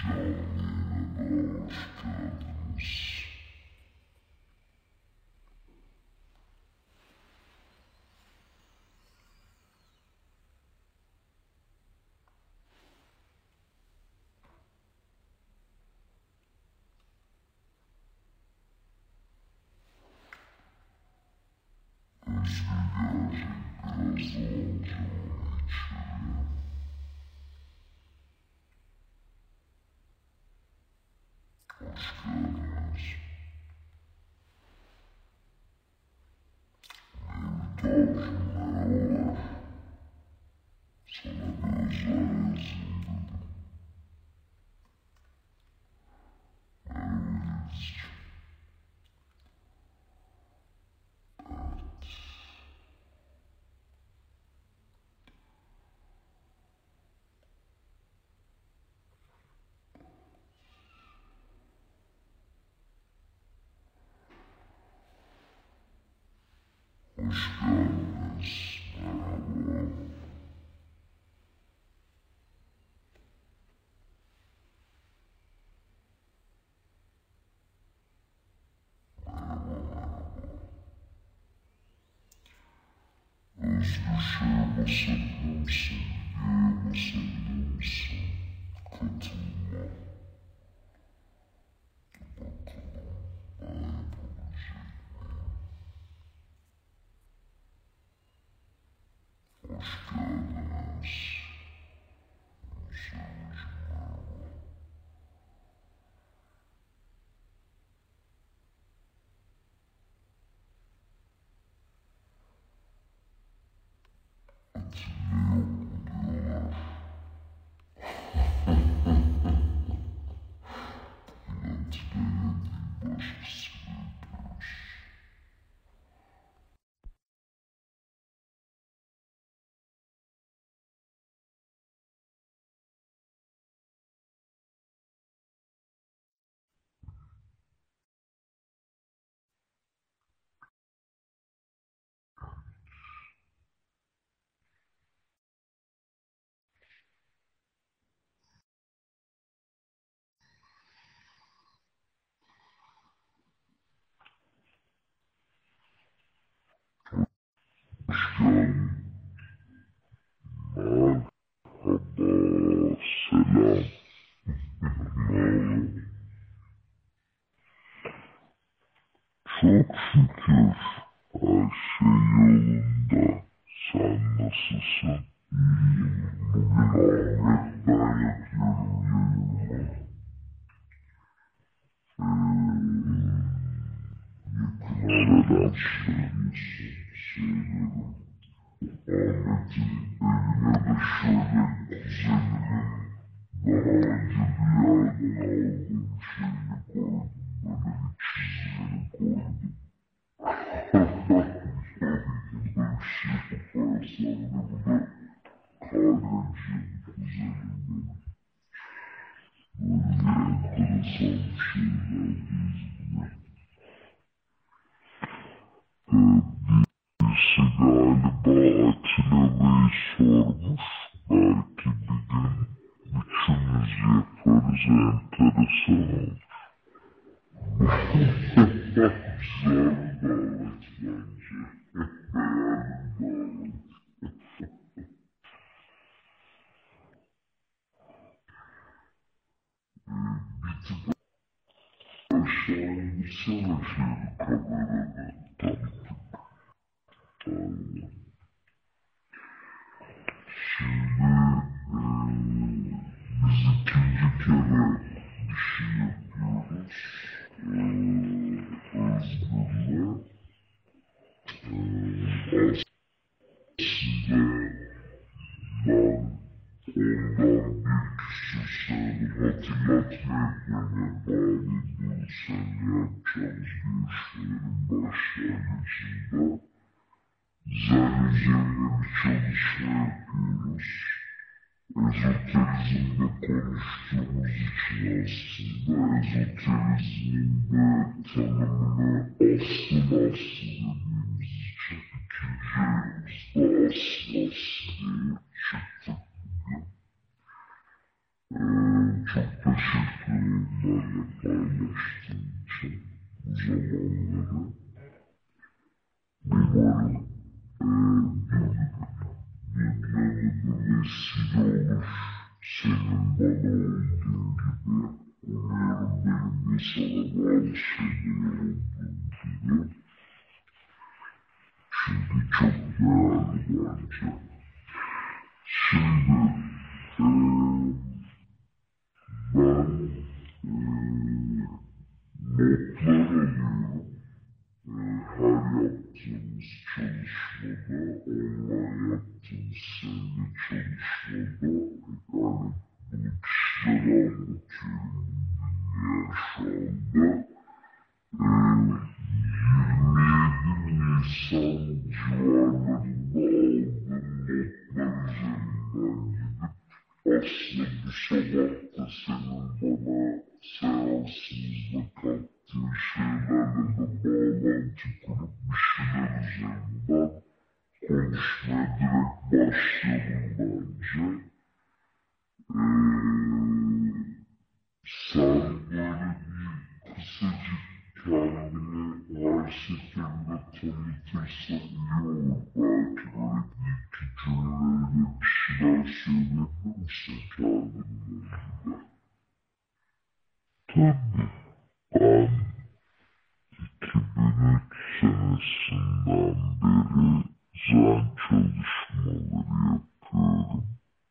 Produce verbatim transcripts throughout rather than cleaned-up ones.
Özgür basabiliyor musun? Yaya basabiliyor musun? Katılma. Bakalım ben yapabilecek miyim? Hoş geldiniz. Sevgicim merhaba. Atilla yok mu diyorlar. Bugün Atilla'ya değil başkasıyla yapıyoruz. Hoş geldin. Merhaba. Selam. Merhaba. Çok şükür her şey yolunda. Sen nasılsın? İyiyim. Bugün Ahmet'ten yapıyorum yayınımı. Yakın selam söylüyorsun. Söylerim. Ahmet'in evine de şöyle kuzenimin daha önce bir yerden aldığım şeyini koydum. Böyle bir çizimini koydum. Böyle bir şey yaparsam ne bu da kahveci kuzenim benim. Böyle enteresan bir şeyler bizimle. Birisi galiba Atilla Bey sormuş. Belki bir gün üçümüz yaparız, enteresan olur. Güzel bir davet bence. Beğendim daveti. Bir tık aşağı indirsene şeyi kameranı. Tanıdık. Aynen. Şimdi eee, biz ikinci kere bir şey yapıyoruz. Eee Özgür'le. Eee aslında ben ondan bir küsur senedir hatırlatmayıp beni bari bu sene yapacağımız görüşmelerin başlangıcında zen üzerine bir çalışma yapıyoruz. Ezoterizmde konuştuğumuz için aslında ezoterizmin de tanımını asıl aslı dediğimiz için ikinci ayımızda asıl aslı diye çıktık bugün. Ee, çok teşekkür ve sana bazı şeyler olduğunu. Çünkü çok değerli bence. Şimdi e, ben e, notlar alıyorum. E, her yaptığımız çalışmada, online yaptığımız seninle çalışmada yani bunu kişilere anlatıyorum dünyaya şu anda. yirmi yedi Nisan civarlarında aldığım notlar üzerinden gidip aslında bu sabah da senin bana seansımızda kattığın şeylerle de bağlantı kurup bir şeyler üzerinden konuşmaya direkt başlayalım bence. Ee, sen böyle bir kısacık kendini her seferinde tanıtırsan iyi olur. Belki böyle bir iki cümleyle bir şeyler söyleyebilir misin kendinle ilgili? Tabii. Ben iki bin üç senesinden beri zen çalışmaları yapıyorum.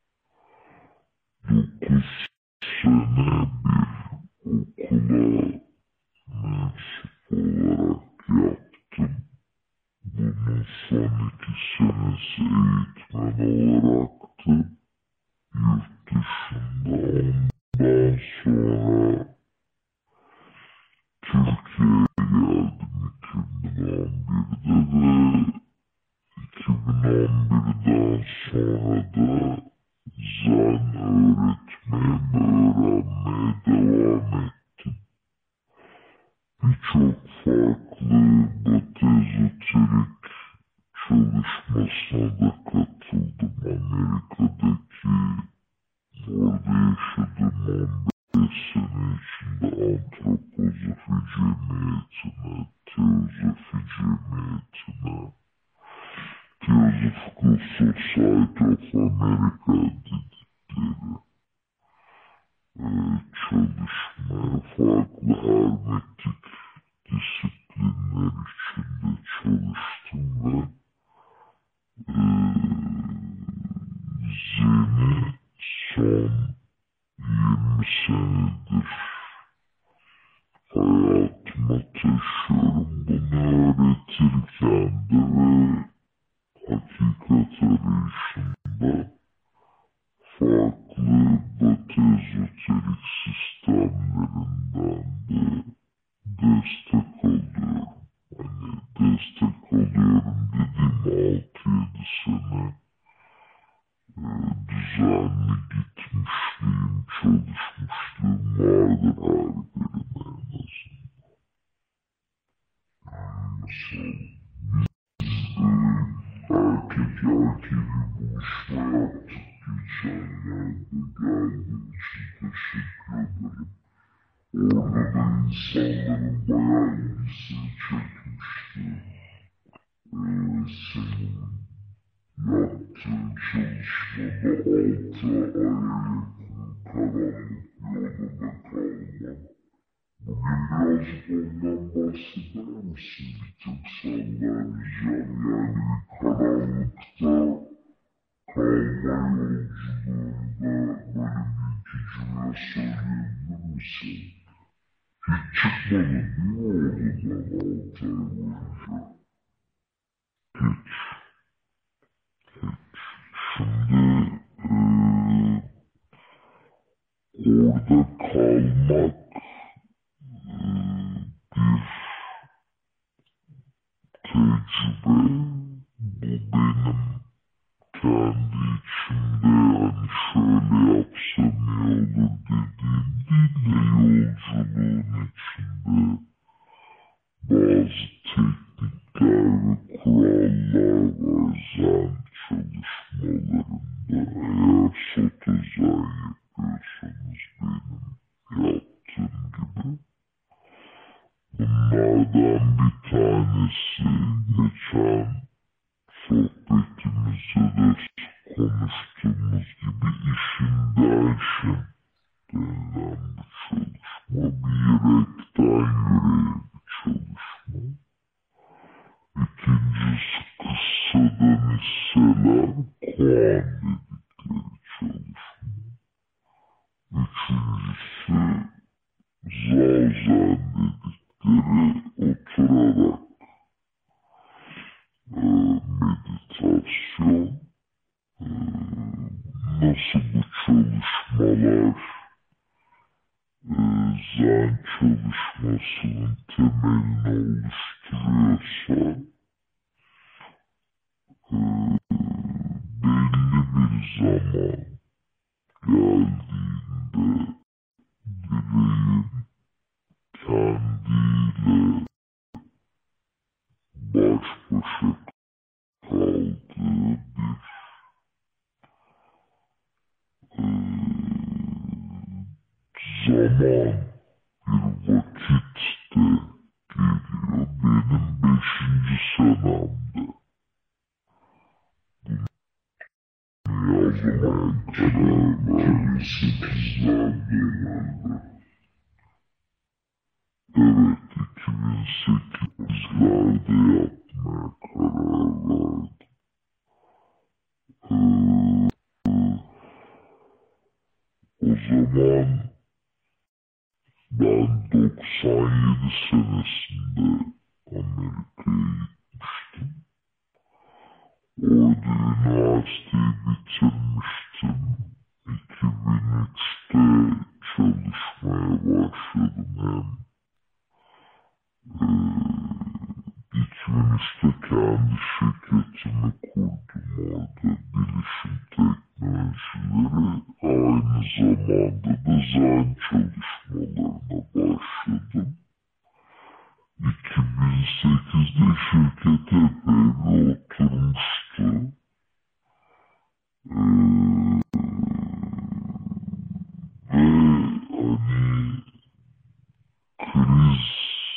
Dokuz sene bir okula mensup olarak yaptım. Bunun son iki senesi eğitmen olaraktı. Yurt dışında ondan sonra Türkiye'ye geldim iki bin on birde ve iki bin on birden sonra da zen öğretmeye ve öğrenmeye devam ettim. Birçok farklı Batı ezoterik çalışmasına da katıldım. Amerika'daki orada yaşadığım on beş sene içinde antropozofi cemiyetine, teozofi cemiyetine, Theosophical Society of America dedikleri e, çalışmaya, farklı hermetik disiplinler içinde çalıştım ve e, Zen'i son yirmi senedir hayatıma taşıyorum. Bunu öğretirken de ve hakikat arayışında farklı Batı ezoterik sistemlerinden de destek alıyorum. Hani destek alıyorum dediğim altı yedi sene e, düzenli gitmişliğim, çalışmışlığım vardır her birine en azından. Mesela erkek erkeği buluşma yaptık geçenlerde. Geldiğin için teşekkür ederim. Orada da insanların bayağı ilgisini çekmişti. Ee, senin yaptığın çalışmada altı aya yakın karanlık bir odada kalmak. Bugün birazcık ondan bahseder misin? Bir tek senden ricam yani bir karanlıkta kalma yolculuğunda böyle bir iki cümle söyleyebilir misin? Hiç çıkmadın değil mi oradan altı ay boyunca? Hiç. Şimdi eee orada kalmak eee, bir tecrübe. Bu benim kendi içimde yani şöyle yapsam iyi olur dediğim değil de yolculuğun içinde bazı teknikler ve kurallar var zen çalışmalarında. Eğer soto zen yapıyorsanız benim yaptığım gibi. Bunlardan bir tanesi geçen sohbetimizde de konuştuğumuz gibi işinden işin denilen bu çalışma bir yere dedikleri çalışma. Üçüncüsü zazen dedikleri oturarak e, meditasyon. E, nasıl bu çalışmalar e, zen çalışmasının temelini oluşturuyorsa e, belli bir zaman geldiğinde bireyin kendiyle baş başa kaldığı bir e, zaman, bir vakit de geliyor. Benim beşinci senemde yazmaya karar verdim. Sekizlerde herhalde. Evet, iki bin sekizlerde yapmaya karar verdim. Ee, o zaman ben doksan yedi senesinde Amerika'ya gitmiştim. Orada üniversiteyi bitirmiştim. iki bin üçte çalışmaya başladım. Hem e, iki bin üçte kendi şirketimi kurdum orada. Bilişim teknolojileri, aynı zamanda da zen çalışmalarına başladım. iki bin sekizde şirket epey bir oturmuştu. Ee, ve hani kriz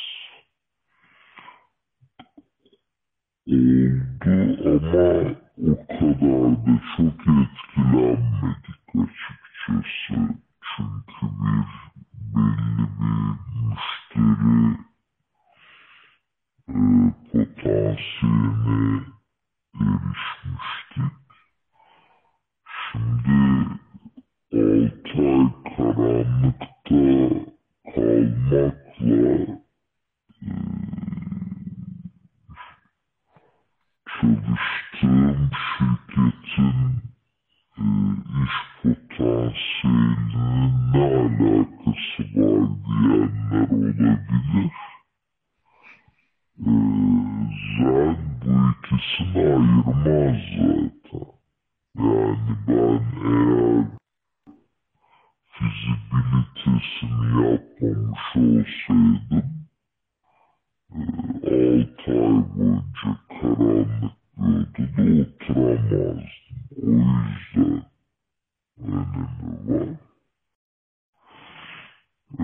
oldu ama o kadar da çok etkilenmedik açıkçası. Çünkü bir belli bir müşteri e, potansiyeline erişmiştik. Şimdi altı ay karanlıkta kalmakla e, çalıştığım şirketin e, iş potansiyelinin ne alakası var diyenler olabilir. E, zen bu ikisini ayırmaz zaten. Yani ben eğer fizibilitesini yapmamış olsaydım altı ay boyunca karanlık bir odada oturamazdım. O yüzden önemi var. Ee,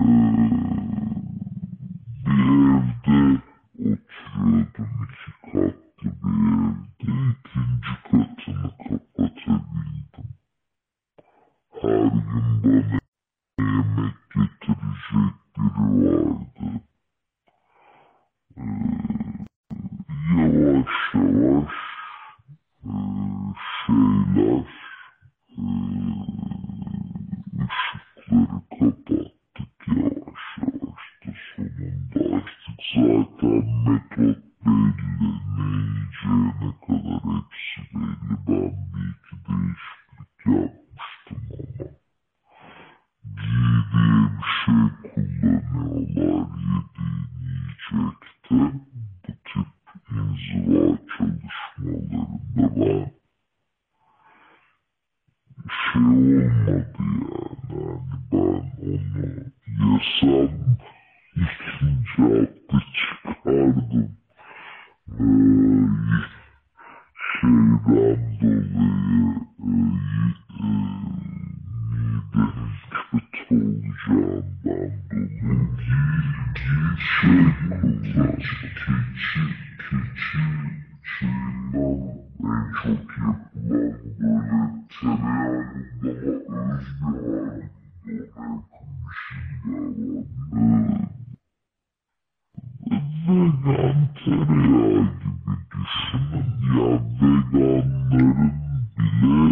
bir evde oturuyordum, iki katlı bir evde. İkinci katını kapatabildim. Her gün bana yemek getirecek biri vardı. Ee, yavaş yavaş e, şeyler e, ışıkları kapattık yavaş yavaş da sonunda açtık. Zaten metot belli, ne yiyeceğine kadar hepsi belli. Ben bir iki değişiklik yapmıştım ama giydiği bir şey kullanıyorlar yediğin yiyecekte. Bu tip inziva çalışmalarında ben şey olmadı yani. Yani ben onu yesem ikinci hafta çıkardım. Ee, şeyden dolayı e, e, midenin kötü olacağından dolayı şey kullandım. Keçi, keçi şeyinden en çok yapılan böyle tereyağından daha öz bir halinde ona yakın bir şey galiba. Ee, vegan tereyağı gibi düşünün ya, veganların bile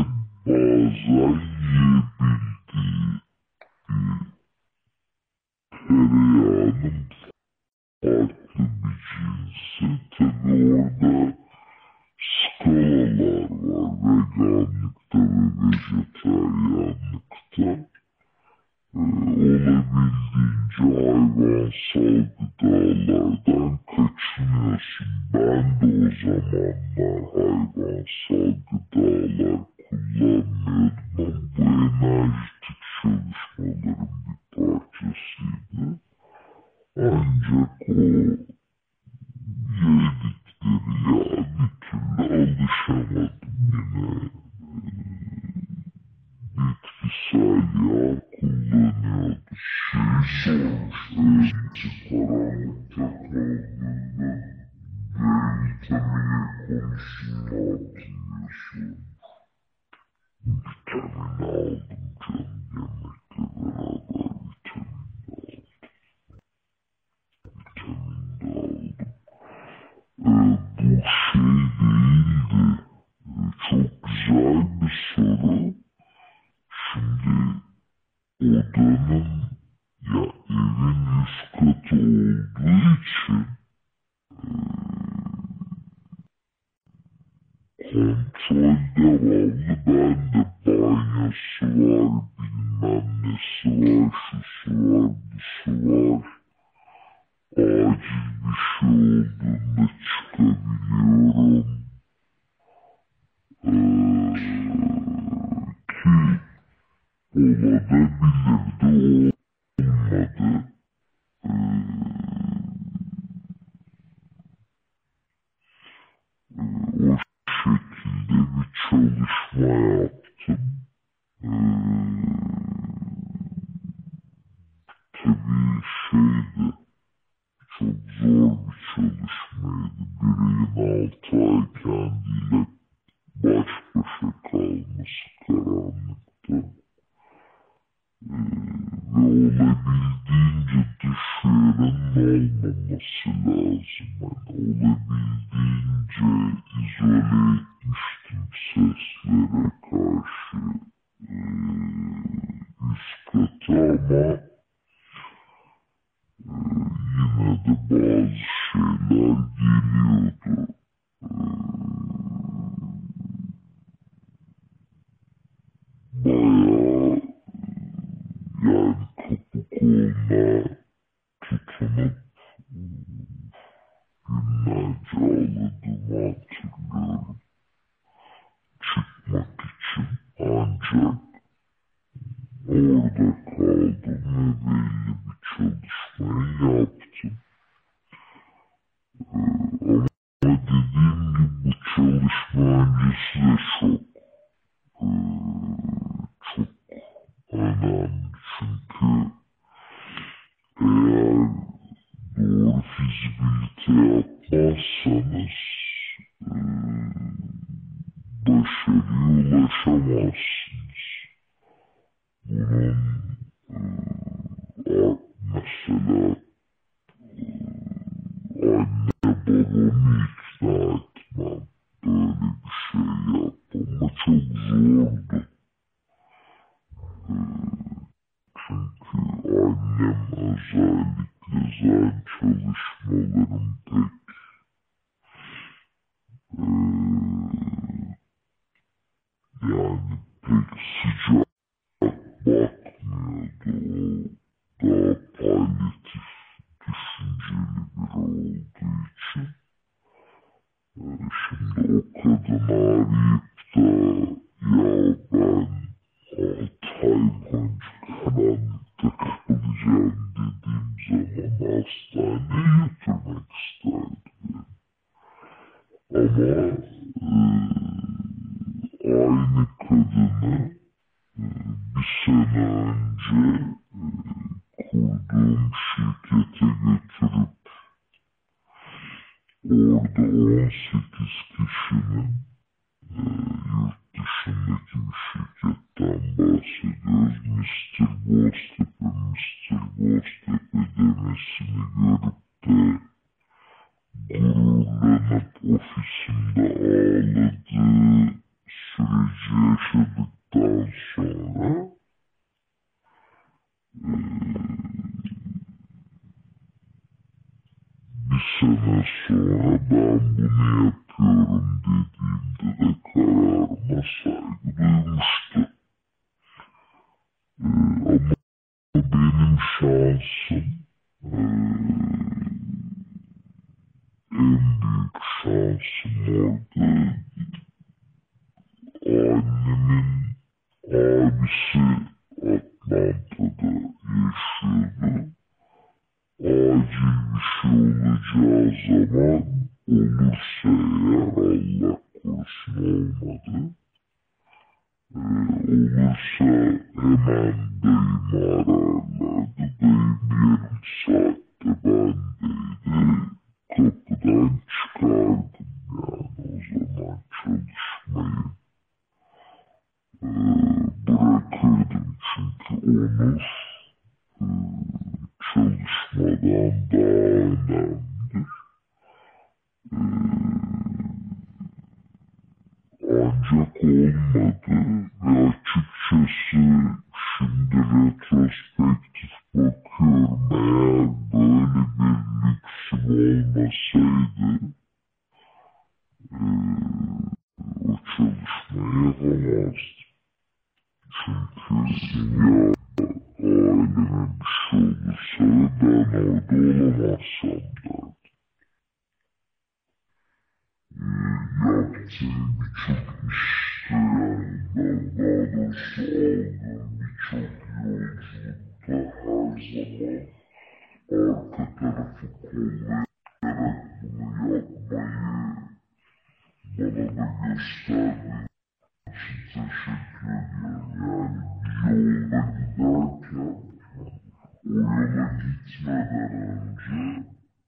hayvansal gıdalardan kaçınıyorsun. Ben de o zamanlar hayvansal gıdalar kullanmıyordum ama bu enerjitik çalışmaların bir parçasıydı. Ancak o yedikleri ya bir türlü alışamadım yine. Bitkisel yağ kullanıyordu. Şey sormuştu. Karanlıkta kaldığında D vitamini konusunda yaptın diye sormuş. Vitamin aldım canım. Yemekle beraber vitamin de aldım. Ee, bu şey değildi. Ee, çok güzel bir soru. Şimdi odanın ya evin üst katı olduğu için kontrol devamlı bende. Banyosu var, bilmem nesi var, şusu var, busu var. Acil bir şey olduğunda çıkabiliyorum. Ee, ki olabilirdi, olmadı. Ee, o şekilde bir çalışma yaptım. Ee, tabii şeydi, çok zor bir çalışmaydı. Bireyin altı ay kendiyle baş başa kalması karanlıkta. Ee, ve olabildiğince dışarının olmaması lazım. Yani olabildiğince izole etmiştim seslere karşı ee, üst katı ama ee, yine de bazı şeyler geliyordu. Ee, bayağı yani kapı koluna tutunup günlerce ağladığımı hatırlıyorum. Çıkmak için ancak orada kaldım ve belli bir çalışmayı yaptım. Ee, ama dediğim gibi bu çalışma öncesi de çok ee, çok önemli. Çünkü eğer doğru fizibilite yapmazsanız ee, başarıya ulaşamazsınız. Bunun ee, mesela anne babamı ikna etmem. Böyle bir şey yaptım ama çok zordu. Çünkü annem özellikle zen çalışmalarım pek ee, yani pek sıcak bakmıyordu. O daha palyatif düşünceli biri olduğu için. Ee, şimdi o kadın arayıp da ya ben altı ay boyunca karanlıkta kalacağım dediğim zaman hastaneye götürmek isterdi. Ama e, aynı kadını e, bir sene önce e, kurduğum şirkete götürüp orada on sekiz kişinin e, yurt dışındaki bir şirketten bahsediyoruz. mister Boztepe, mister Boztepe demesini görüp de gururlanıp ofisimde ağladığı süreci yaşadıktan sonra e, bir sene sonra ben bunu yapıyorum dediğimde de kararıma saygı duymuştu. Ee, ama benim şansım orada. Annemin abisi Atlanta'da yaşıyordu. Acil bir şey olacağı zaman olursa eğer Allah korusun olmadı. Ee, olursa hemen dayımı ararlardı. Dayım yarım saatte bendeydi. Kapıdan çıkardım yani o zaman çalışmayı. Ee, bırakırdım çünkü Onur e, çalışmadan daha önemlidir. Ee, ancak olmadı ve açıkçası şimdi retrospektif bakıyorum eğer böyle bir lüksüm olmasaydı e, o çalışmayı yapamazdım. Çünkü ya aileme bir şey olursa ve ben orada olamazsam derdim. Ee, yaptığım birçok işte yani ben daha doğrusu aldığım birçok yolculukta her zaman arka tarafı kollayarak bunu yapmayı bana da gösterdiği için teşekkür ediyorum. Yani bir yolda giderken o yola gitmeden önce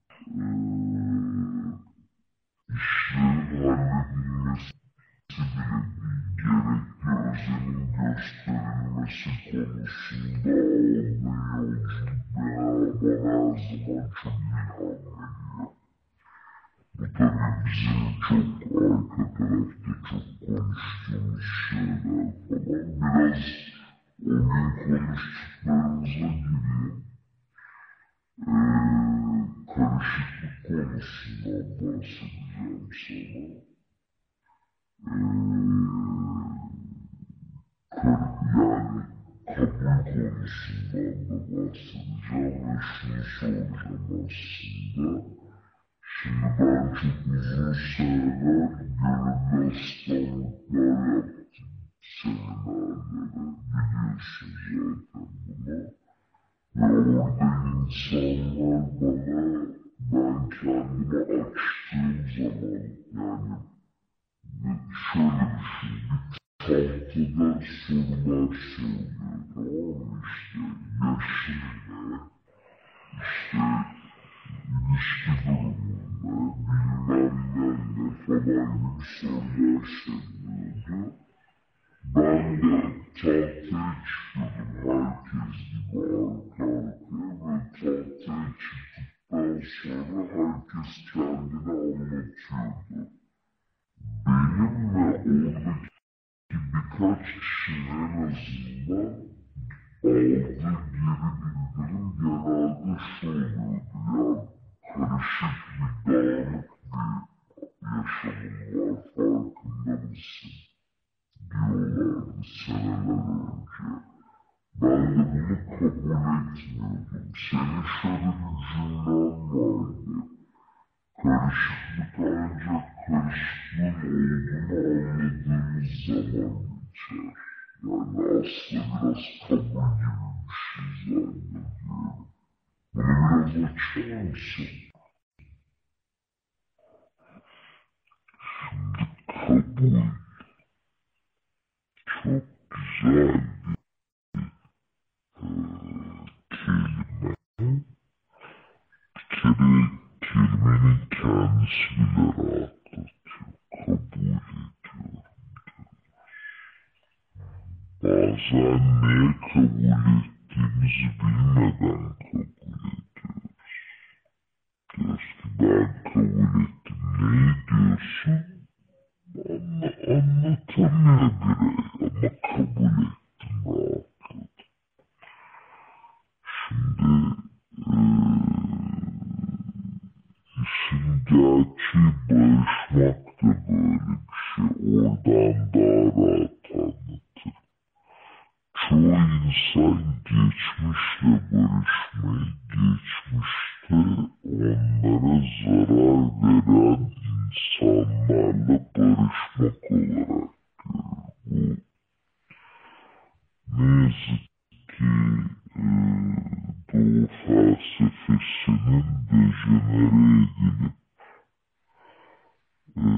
eee işlerin halledilmesi bile gerekli özenin gösterilmesi konusunda aldığın yolculuk bana her zaman çok ilham veriyor. Bu tabii bizim çok arka tarafta çok konuştuğumuz şeyler falan. Biraz o gün konuştuklarımıza gireyim. Ee, karışıklık konusundan bahsedeceğim sana. Ee, kar yani kabul konusundan da bahsedeceğim ve şunu soracağım aslında. Şimdi ben çok uzun seneler gönüllü asistanlıklar yaptım. Seminerlere biliyorsun zaten bunu. Ve orada insanlar bana ben kendimi açtığım zaman yani şöyle düşün bir tahtada sorular söylüyor tamam mı işte yaşın ne işte ilişki durumu ne bilmem ne ne falan gibi sorular söylüyordu. Ben de tahtaya çıkıyordum herkes gibi arka arkaya ve tahtaya çıktıktan sonra herkes kendini anlatıyordu. Benim ve oradaki birkaç kişinin en azından aldığı geri bildirim genelde şu oluyordu ya karışık bir dağınık bir yaşamın var farkında mısın? Diyorlardı seneler önce. Ben de bunu kabul etmiyordum. Senin şöyle bir cümlen vardı. Karışıklık ancak karışıklığın olduğunu anladığımız zaman geçer. Yani aslında biraz kabul gibi bir şey zannediyorum. Bunu biraz açar mısın? Kabul çok güzel kelime. Bir kere kelimenin kendisi bile rahatlatıyor. Kabul ediyorum. Bazen neye kabul ettiğimizi bilmeden kabul ediyoruz. Diyoruz ki ben kabul ettim. Neyi diyorsun? Anla, anlatamıyor birey ama kabul ettim rahatladım. Şimdi ee, işin gerçeği barışmak da böyle bir şey. Oradan daha rahat anlatır. Çoğu insan geçmişle barışmayı, geçmişte onlara zarar veren insanlarla olarak görür. Bu ne yazık ki e, Doğu felsefesinin dejenere edilip e,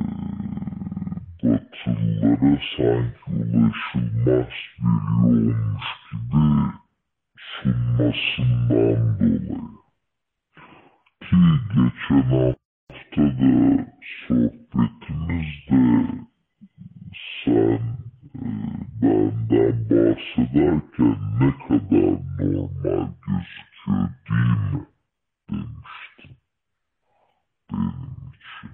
Batılılara sanki ulaşılmaz bir yolmuş gibi sunmasından dolayı. Ki geçen hafta da sohbetimizde sen e, benden bahsederken ne kadar normal gözüküyor değil mi demiştin benim için.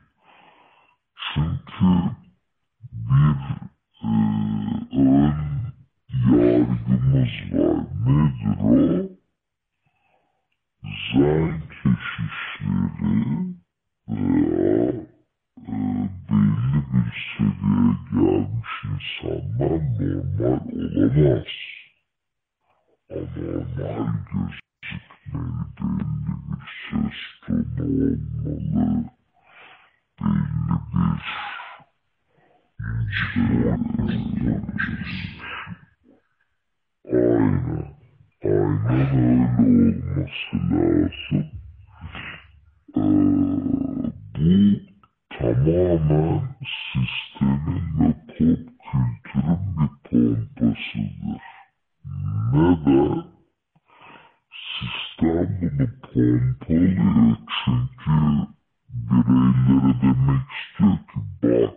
Çünkü bir e, ön yargımız var. Nedir o? Zen keşişleri veya e, belli bir seviyeye gelmiş insanlar normal olamaz. Anormal gözükmeli, belli bir ses tonu olmalı, belli bir e, aynen, aynen öyle olması lazım. Ee, bu tamamen sistemin ve pop kültürün bir pompasıdır. Neden? Sistem bunu pompalıyor çünkü bireylere demek istiyor ki bak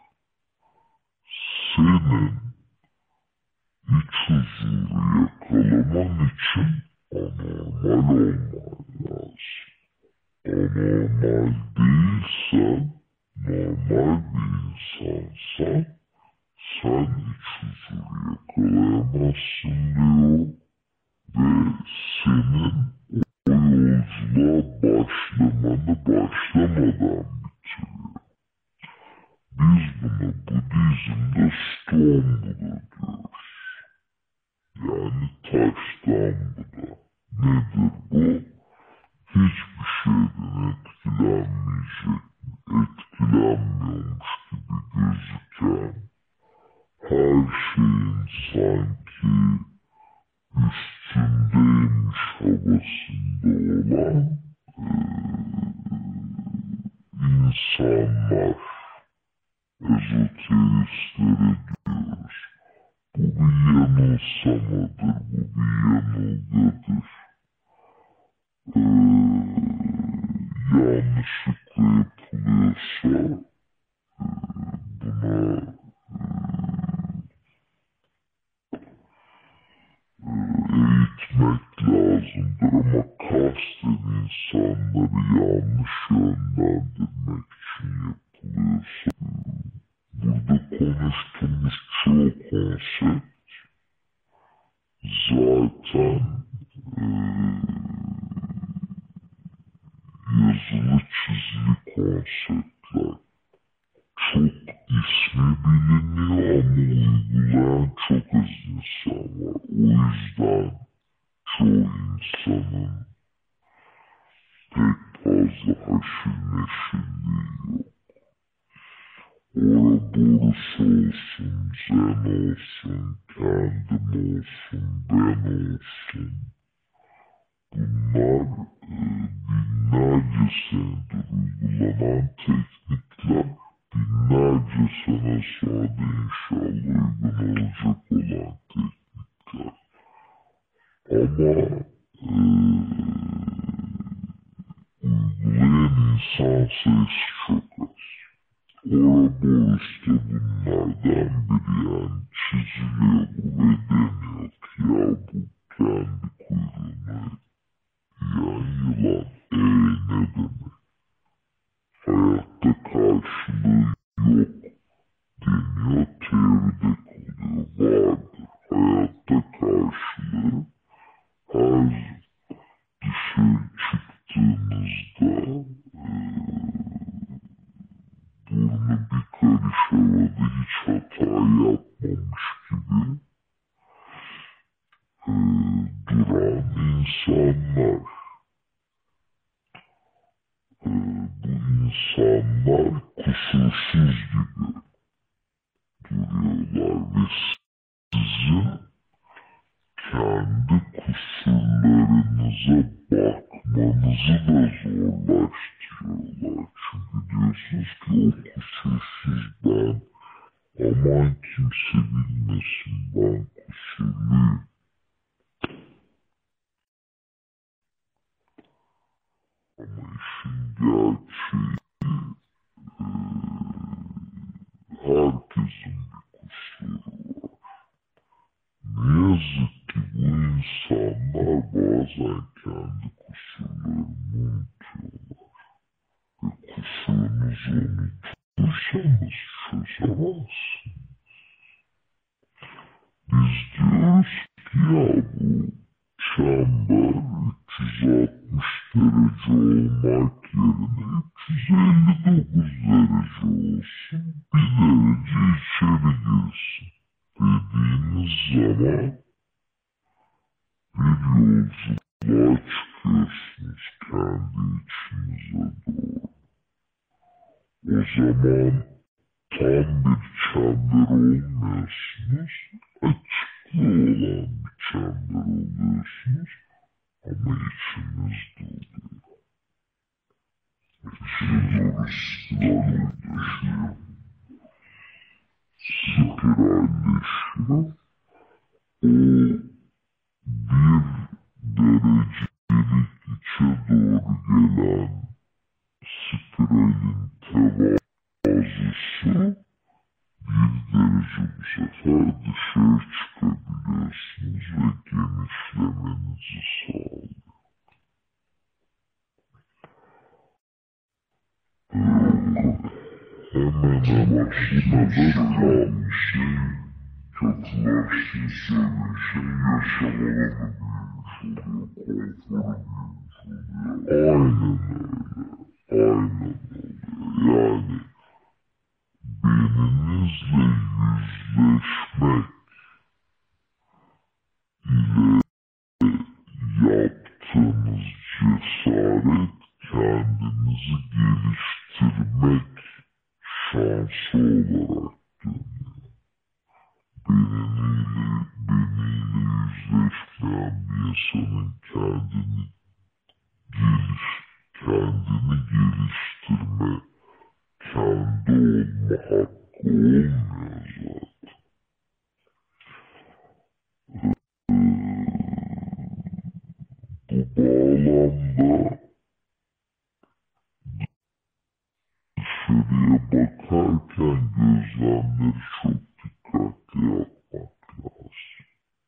senin iç huzuru yakalaman için anormal olman lazım. Anormal değilsen, normal bir insansan sen hiç huzur yakalayamazsın diyor ve senin o yolculuğa başlamanı başlamadan bitiriyor. Biz buna Budizm'de Stone Buddha diyoruz. Yani taştan Buddha. Nedir bu? Hiçbir şeyden etkilenmeyecek, etkilenmiyormuş gibi gözüken, her şeyin sanki üstündeymiş havasında olan e, insanlar, ezoteristlere diyoruz. Bu bir yanılsamadır, bu bir yanılgıdır. Ee, yanlışlıkla yapılıyorsa e, buna e, eğitmek lazımdır ama kasten insanları yanlış yönlendirmek için yapılıyorsa burada konuştuğumuz çoğu konsept zaten e, yazılı çizili konseptler. Çok ismi biliniyor ama uygulayan çok az insan var. O yüzden çoğu insanın pek fazla haşır neşirliği yok. Ouroboros olsun, zen olsun, kendim olsun, ben olsun. Bunlar e, binlerce senedir uygulanan teknikler, binlerce sene sonra da inşallah uygun olacak olan teknikler. Ama e, uygulayan insan sayısı çok az. Ouroboros da bunlardan biri, yani çiziliyor bu ve deniyor ki ya bu kendi kuyruğunu yiyen yılan. Eee ne demek? Hayatta karşılığı yok deniyor, teoride kalıyor, vardır. Hayatta karşılığı her dışarı çıktığımızda e, burnu bir karış havada hiç hata yapmamış gibi e, duran insanlar. E, bu insanlar kusursuz gibi. duruyorlar ve sizin kendi kusurlarınıza bakmanızı da zorlaştırıyorlar. Çünkü diyorsunuz ki o kusursuz ben, aman kimse bilmesin ben kusurluyum. Ama işin gerçeği e, herkesin bir kusuru var. Ne yazık ki bu insanlar bazen kendi kusurlarını unutuyorlar. Ve kusurunuzu unutursanız çözemezsiniz. Biz diyoruz ki ya bu çember üç yüz altmış derece olmak yerine üç yüz elli dokuz derece olsun, bir derece içeri girsin dediğiniz zaman bir yolculuğa çıkıyorsunuz kendi içinize doğru. O zaman tam bir çember olmuyorsunuz, açıklı olan bir çember oluyorsunuz ama içiniz doluyor. İçine doğru spiralleşiyor. Spiralleşiyor. O bir derecelik içe doğru gelen spiralin tevazusu bir derece bu sefer dışarı çıkabiliyorsunuz ve genişlemenizi sağlıyor. Hemen hemen sınırda kalmışım. Kötüler siz söyleşin yaşam alanı büyümüş oluyor, konforu büyümüş oluyor. Aynen öyle, aynen öyle. Yani beyninizle yüzleşmek ile yaptığınız cesaret kendinizi geliştirmek şansı olarak dönüyor. Beyniyle, beyniyle yüzleşmeyen bir insanın kendini geliş, kendini geliştirme, kendi olma hakkı olmuyor zaten. Bu bağlamda dışarıya bakarken gözlemleri çok dikkatli yapmak lazım.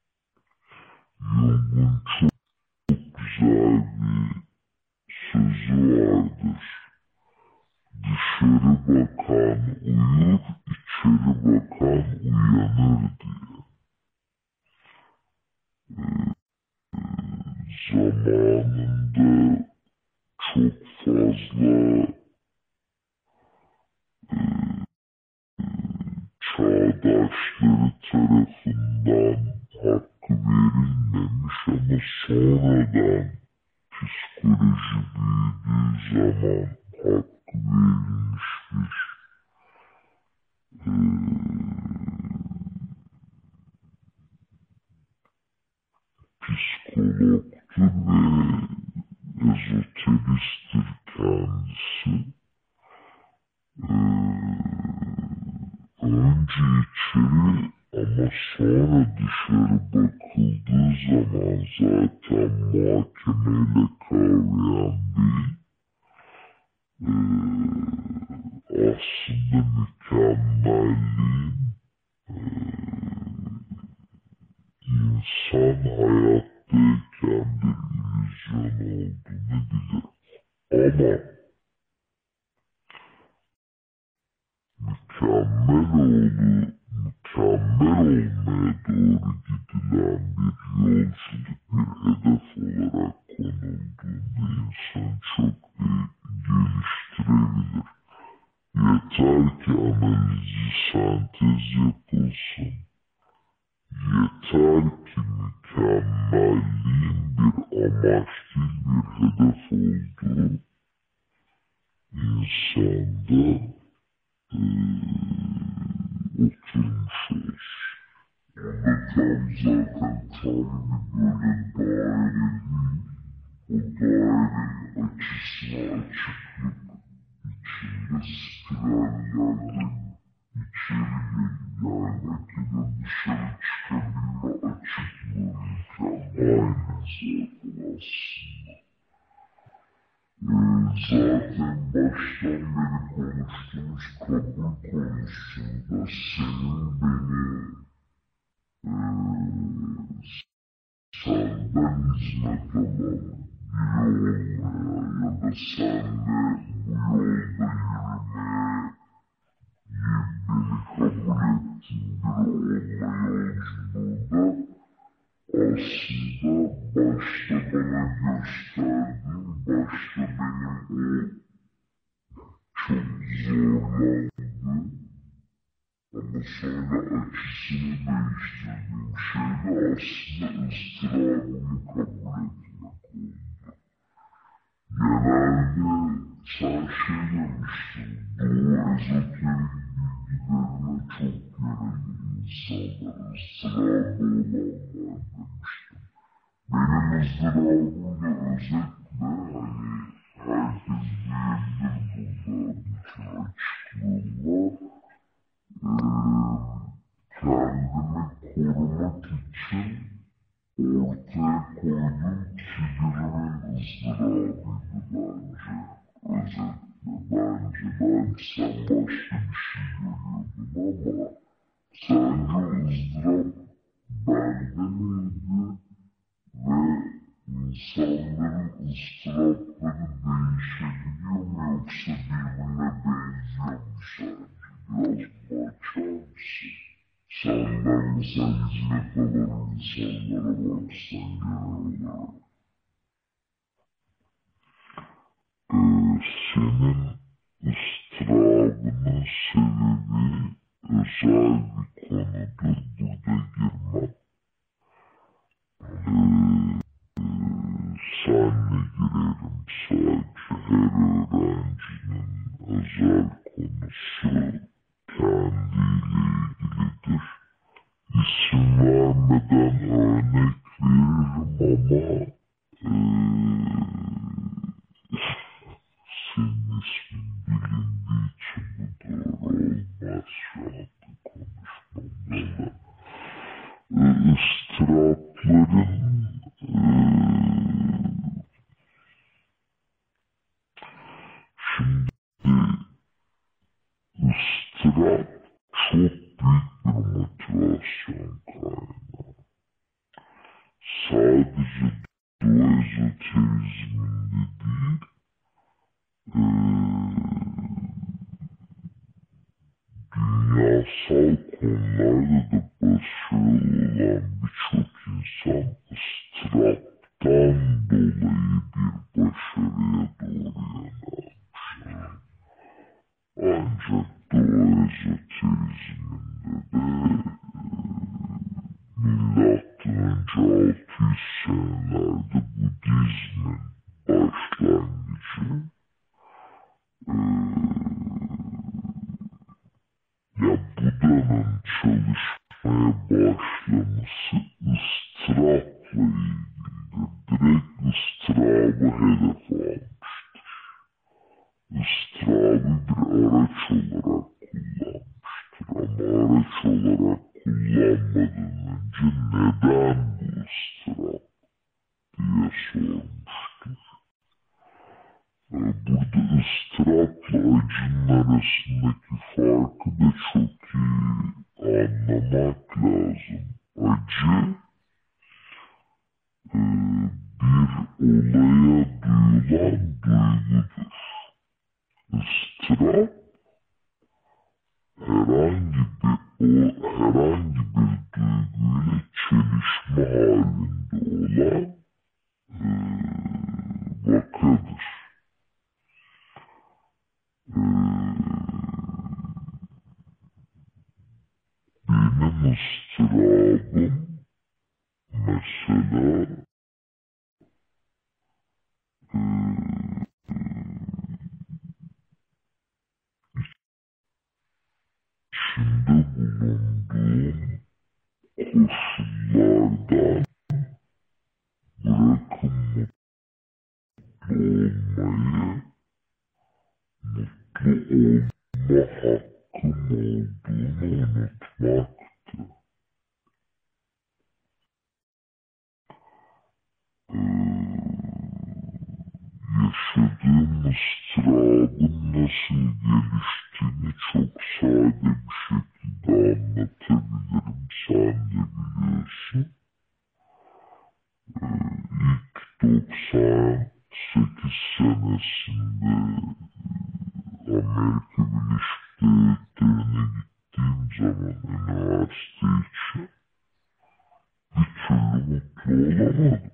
Jung'un çok güzel bir sözü vardır. Dışarı bakan uyur, içeri bakan uyanır diye. Ee, zamanında çok fazla e, çağdaşları tarafından hakkı verilmemiş ama sonradan psikoloji büyüdüğü zaman hakkı verilmiş bir e, psikologtur ve ezoteristtir kendisi. Ee, önce içeri ama sonra dışarı bakıldığı zaman zaten muhakemeyle kavrayan bir e, aslında mükemmelliğin e, insan hayattayken bir illüzyon olduğunu bilir. Ama mükemmel oğlu, mükemmel olmaya doğru gidilen bir yolculuk, bir hedef olarak konulduğunda insan çok iyi geliştirebilir. Yeter ki analizi sentez yapılsın. Yeter ki mükemmelliğin bir amaç değil bir hedef olduğu insanda Ee, oturması cam zaten tam bir böyle daire değil. O dairenin açısına açıklık içinde spirallerden içeriye yani makineden dışarı çıkabilme açıklığıyken aynı zaten aslında. Ee, zaten baştan beri konuştuğumuz kabul konusunda senin beni e, senden hizmet alan biri olmaya ya da senle bu yolda yürümeye beni kabul ettiğin biri olma yolculuğunda aslında başta bana gösterdiğin, başta benim o çok zorlandığım ama sonra açısını değiştirdiğim şey de aslında ıstırabımı kabul etmek oldu. Genelde sen şey demiştin, Doğu ezoterik bilgilerine çok yöneli insanlar, ıstırabı olanlar demiştin. Benim ızdırabım da özetle hani herkes diyebilir burada bütün açıklığımla kendimi korumak için ortaya koyduğum kibirimin ızdırabıydı bence. Özetle bence belki sen başka bir şey görüyordun ama sence ızdırap bende miydi ve insanların ıstırapları değişebiliyor mu yoksa birbirine benziyor mu sence? Biraz bunu açar mısın? Senden mesela hizmet alan insanlara baksan genel olarak. Ee, senin ıstırabının sebebi özel bir konudur. Burada girmem. Ee, senle girerim sadece her öğrencinin özel konusu kendiyle ilgilidir. İsim vermeden örnek veririm ama ee, senin ismin bilindiği için bu doğru olmaz şu anda konuşmamda da. Ee, ıstırapların ee, şimdi ıstırap çok büyük bir motivasyon kaynağı. Sadece Doğu ezoterizminde değil, ee, dünyasal konularda da başarılı olan birçok insan ıstıraptan dolayı bir başarıya doğru yönelmişler. Ancak Doğu ezoterizminde de milattan önce altı yüz senelerde Budizmin başlangıcı ee, ya Buda'nın çalışmaya başlaması ıstırapla ilgilidir. Direkt ıstırabı hedef almıştır. Istırabı bir araç olarak kullanmıştır. Ama araç olarak kullanmadan önce neden bu ıstırap diye sormuştur. Burada ıstırapla acının arasındaki farkı da çok iyi anlamak lazım. Acı e, bir olaya duyulan duygudur. Istırap herhangi bir o herhangi bir duyguyla çelişme halinde olan e, vakadır. E, benim ıstırabım mesela e, içinde bulunduğum koşullardan bırakın mutlu olmayı, mutlu olma hakkım olduğunu unutmaktı. Ee, yaşadığım ıstırabın nasıl geliştiğini çok sade bir şekilde anlatabilirim. Sen de biliyorsun. Ee, ilk doksan sekiz senesinde Amerika Birleşik Devletleri'ne gittiğim zaman üniversite için bir türlü mutlu olamadım.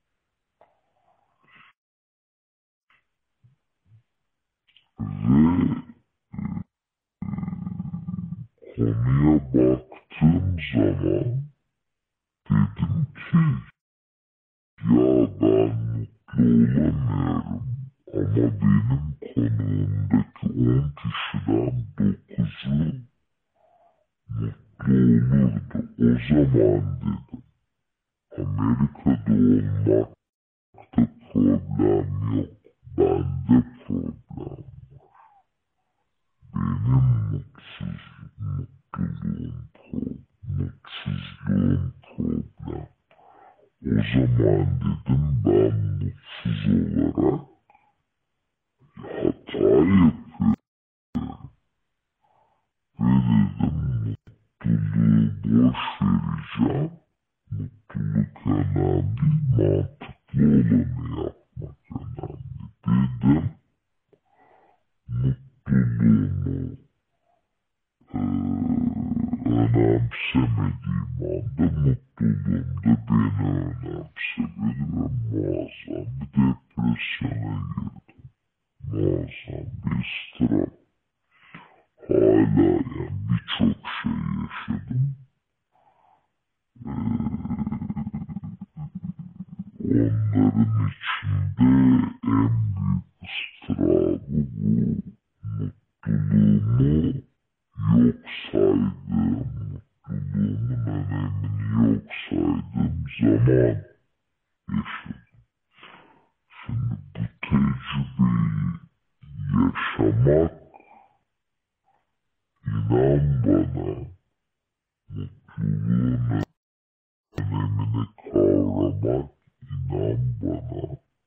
Ve konuya baktığım zaman dedim ki ya ben mutlu olamıyorum ama benim konuğumdaki on kişiden dokuzu mutlu olurdu. O zaman dedim Amerika'da olmakta problem yok. Bende problem. Benim mutsuz, mutluluğum problem. Mutsuzluğum problem. O zaman dedim ben mutsuz olarak hata yapıyorum. Ve dedim mutluluğu boş vereceğim. Mutluluk önemli, mantıklı olanı yapmak önemli dedim. Mutluluğumu e, önemsemediğim anda mutluluğum da beni önemsemedi ve muazzam bir depresyona girdim. Muazzam bir ıstırap. Hala yani birçok şey yaşadım. Ee, onların içinde en büyük ıstırabı bu mutluluğumu yok saydığım, mutluluğumun önemini yok saydığım zaman yaşadım. Şimdi bu tecrübeyi yaşamak, inan bana, mutluluğun önemini kavramak, inan bana,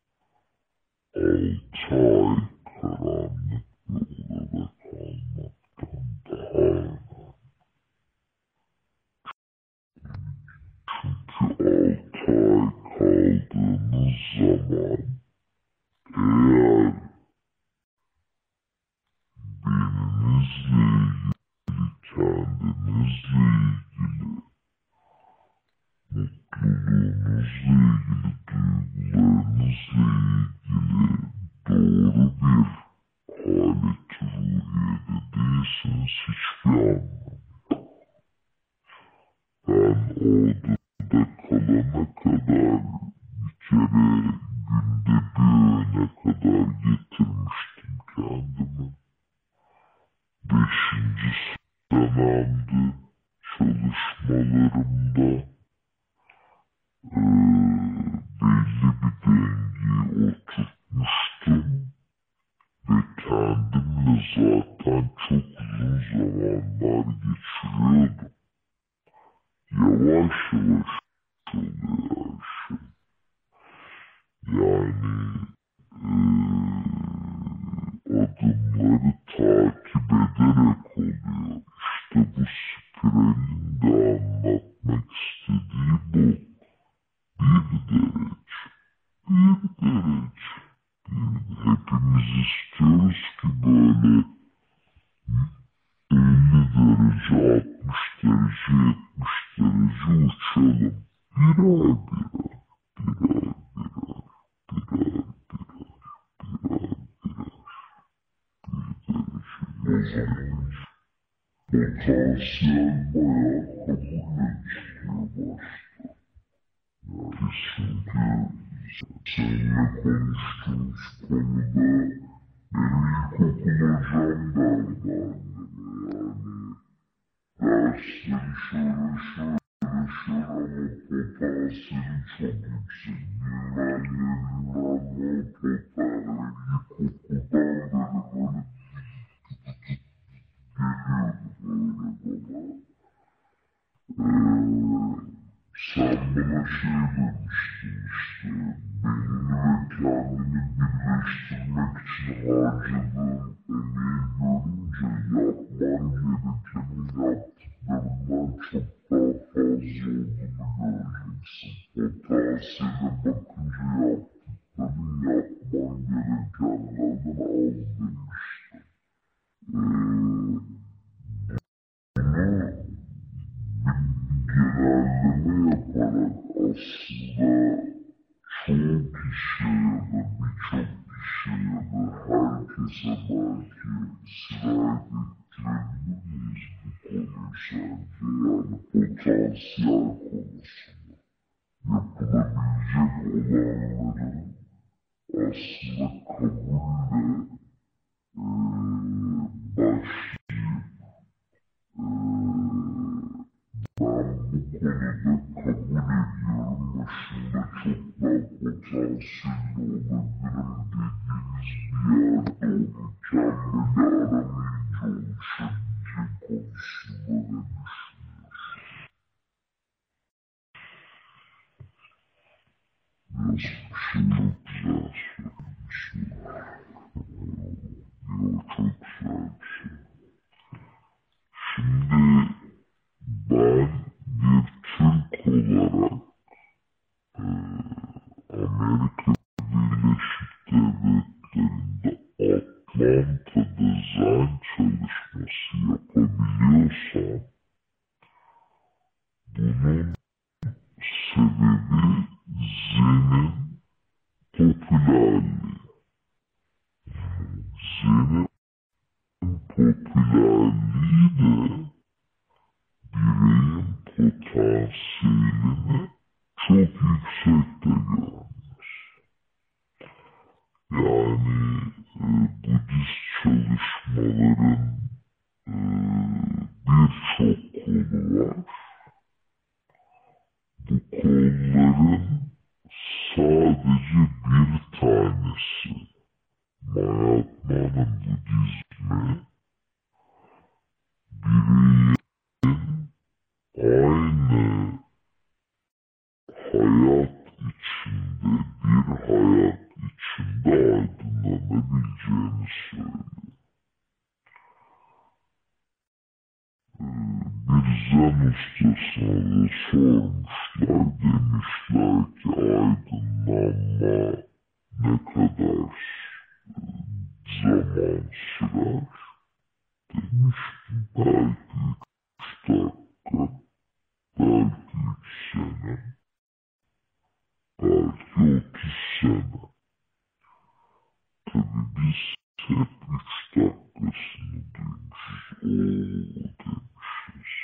altı ay karanlık bir odada kalmaktan daha önemli. Çünkü altı ay kaldığınız zaman eğer beyninizle ilgili, kendinizle ilgili, mutluluğunuzla ilgili, duygularınızla ilgili doğru bir halet ruhiyede değilsiniz hiçbir anlamda. Ben o odada kalana kadar bir kere günde bir öğüne kadar getirmiştim kendimi. Beşinci senemde çalışmalarımda e, belli bir dengeyi oturtmuştum ve kendimle zaten çok uzun zamanlar geçiriyordum. Yavaş yavaş oluyor her şey. Yani e, adımları takip ederek oluyor. İşte bu spiralin de anlatmak istediği bu. Bir derece, bir derece. Bir, hepimiz istiyoruz ki böyle elli derece, altmış derece, yetmiş derece uçalım. Birer birer, birer birer, birer birer, birer birer, bir derece yazılmış. Potansiyel bayağı kabul ediliyor başta. Yani çünkü seninle konuştuğumuz konuda benim ilkokul hocam derdi anneme. Yani dersleri şöyle şöyle yaşıyor ama potansiyeli çok yüksek. Bilmem ne bilmem ne potansiyeli ilkokuldan beri böyle geliyordu böyle bana. Ee, sen bana şey demiştin işte, beynini ve kendini birleştirmek için harcadığın emeği görünce yapman gerekenin yaptıklarından çok daha fazla olduğunu göreceksin. Potansiyele bakınca yaptıklarının yapman gerekenlerden az demişti. Ee, bunu genelleme yaparak aslında çoğu kişiye ya da birçok kişiye ya da herkese belki sirayet ettirebiliriz bu konuyu sence, yani potansiyel konusunda. Yapılabilecek olanları aslında kabulle e, başlayıp e, ben bu konuda kabul ediyorum ve şunda çok daha potansiyelli olabilirim dediğiniz bir yerde o mükemmeli aramayınca oluşabilecek konusunda ne düşünüyorsun? Biraz bir şey çok güzel söylemişsin. Yo, çok güzel bir şey. Şimdi ben bir Türk olarak e, Amerika Birleşik Devletleri'nde Atlanta dizayn çalışması yapabiliyorsam bunun sebebi Zen'in popülerliği. Zen'in popülerliği de bireyin potansiyelini çok yüksekte görmüş. Yani e, Budist çalışmaların e, birçok kolu var. Bu kolların sadece bir tanesi, Mahatma'nın Budizmi, bireyin aynı hayat içinde, bir hayat içinde aydınlanabileceğini söylüyor. Ee, bir zen ustasına da sormuşlar, demişler ki aydınlanma ne kadar zaman sürer? Demiş ki belki üç dakika, belki üç sene, belki otuz sene. Tabii biz hep üç dakikasını duymuşuz. Ooo demişiz.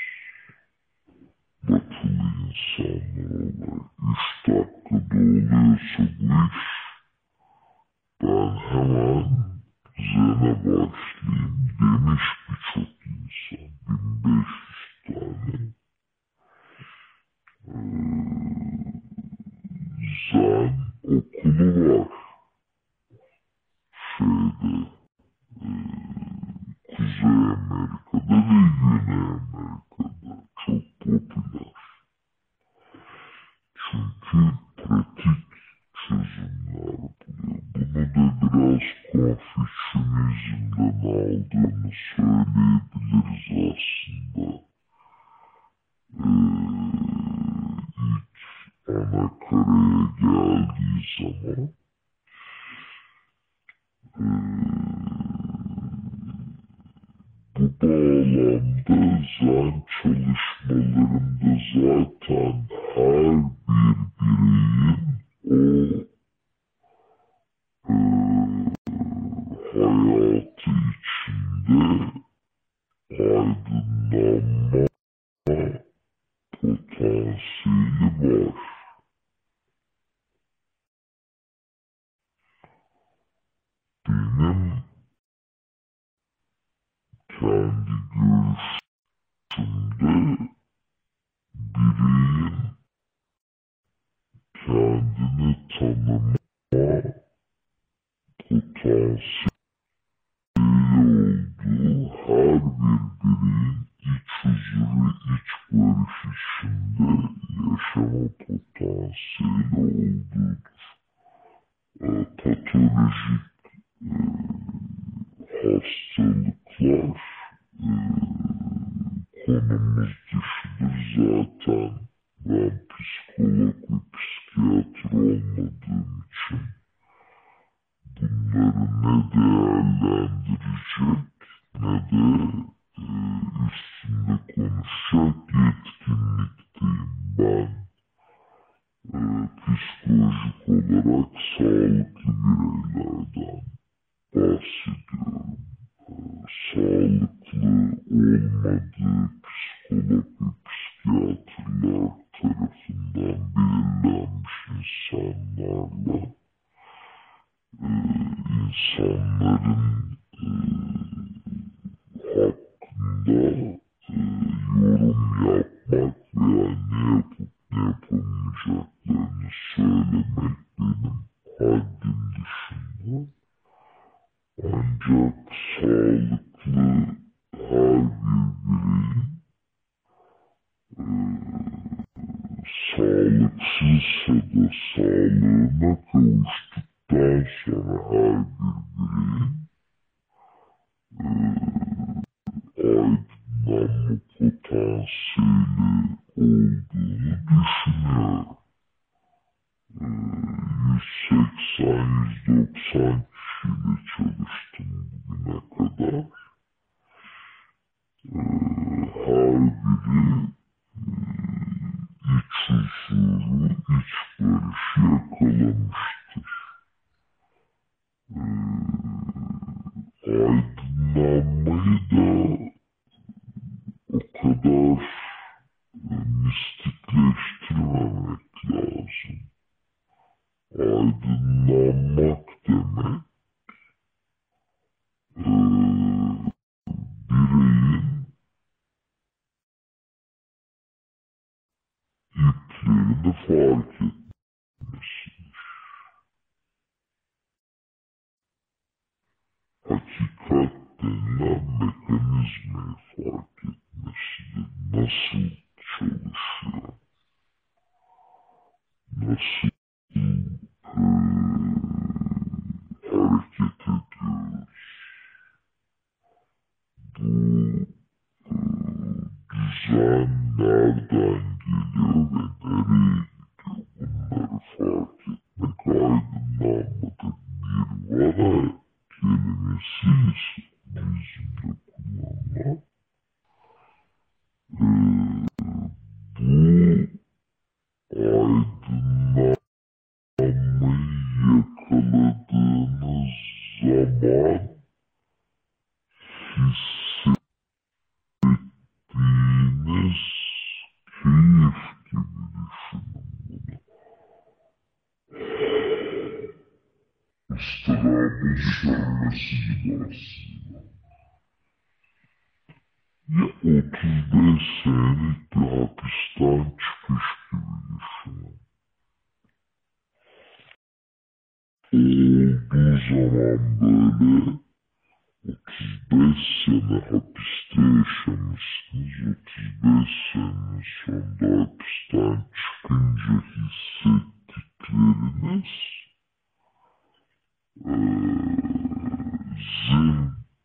Batılı insanlar olarak üç dakikada oluyorsa bu iş, ben hemen Zen'e başlayayım demiş birçok insan. bin beş yüz tane ee, Zen okulu var şeyde, e, Kuzey Amerika'da ve Güney Amerika'da çok popüler. Çünkü pratik çözümler buluyor. Bunu da biraz Konfüçyünizmden aldığını söyleyebiliriz aslında. Ee, ilk ana karaya geldiği zaman ee, bu bağlamda zen çalışmalarında zaten her bir bireyin o e, hayatı içinde aydınlanma potansiyeli var. Benim kendi görüşümde bireyin konumuz dışıdır zaten. Ben psikolog ve psikiyatr olmadığım için bunları ne değerlendirecek ne de e, üstünde konuşacak yetkinlikteyim. Ben e, psikolojik olarak sağlıklı bireylerden bahsediyorum. Sağlıklı olmadığı psikolog ve psikiyatrlar tarafından belirlenmiş insanlarla e, insanların e, hakkında e, yorum yapmak veya ne yapıp ne yapamayacaklarını söylemek benim haddim dışında. Ancak sağlıklı her bir bireyin e, sağlıksızsa da sağlığına kavuştuktan sonra her bir bireyin e, aydınlanma potansiyeli olduğunu düşünüyorum. E, yüz seksen yüz doksan kişiyle çalıştım bugüne kadar. Ee, her biri e, iç huzuru, iç barışı yakalamıştır. Ee, aydınlanmayı da o kadar e, mistikleştirmemek lazım. Aydınlanmak demek e, bireyin iplerini fark etmesidir. Hakikat denilen mekanizmayı fark etmesidir. Nasıl çalışıyor? Nasıl e, hareket ediyoruz? Bu e, düzen nereden geliyor ve nereye gidiyor? Bunları fark etmek aydınlanmadır. Nirvana kelimesi budizmde kullanılan e, bu aydınlanmayı yakaladığınız zaman hissettiğiniz keyif gibi düşünün bunu. Istıramın sönmesi gibi aslında. Ya otuz beş senelik bir hapisten çıkış gibi düşünün. Olduğu zaman böyle otuz beş sene hapiste yaşamışsınız. otuz beş senenin sonunda hapisten çıkınca hissettikleriniz ee, zin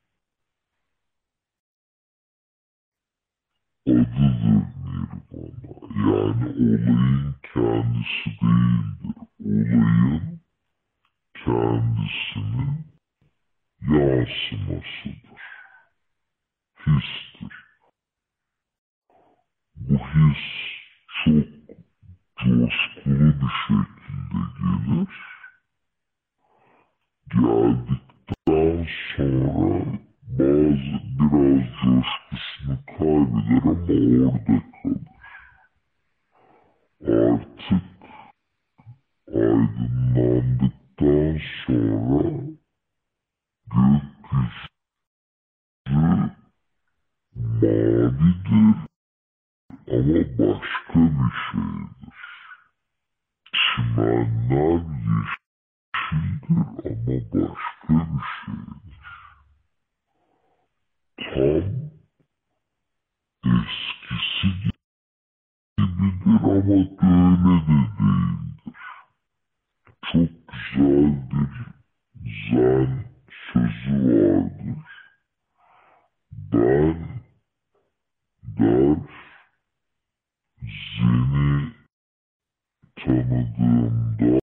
adıdır nirvana. Yani olayın kendisi değildir. Olayın kendisinin yansımasıdır. Histir. Bu his çok coşkulu bir şekilde gelir. Geldikten sonra bazı biraz coşkusunu kaybeder ama orada kalır. Artık aydınlandıktan sonra gökyüzü mavidir ama başka bir şeydir. Çimenler yeşildir ama başka bir şeydir. Tam eskisi gibidir ama böyle de değildir. Çok güzel bir zen sözü vardır. Ben daha Seni tanıdığımda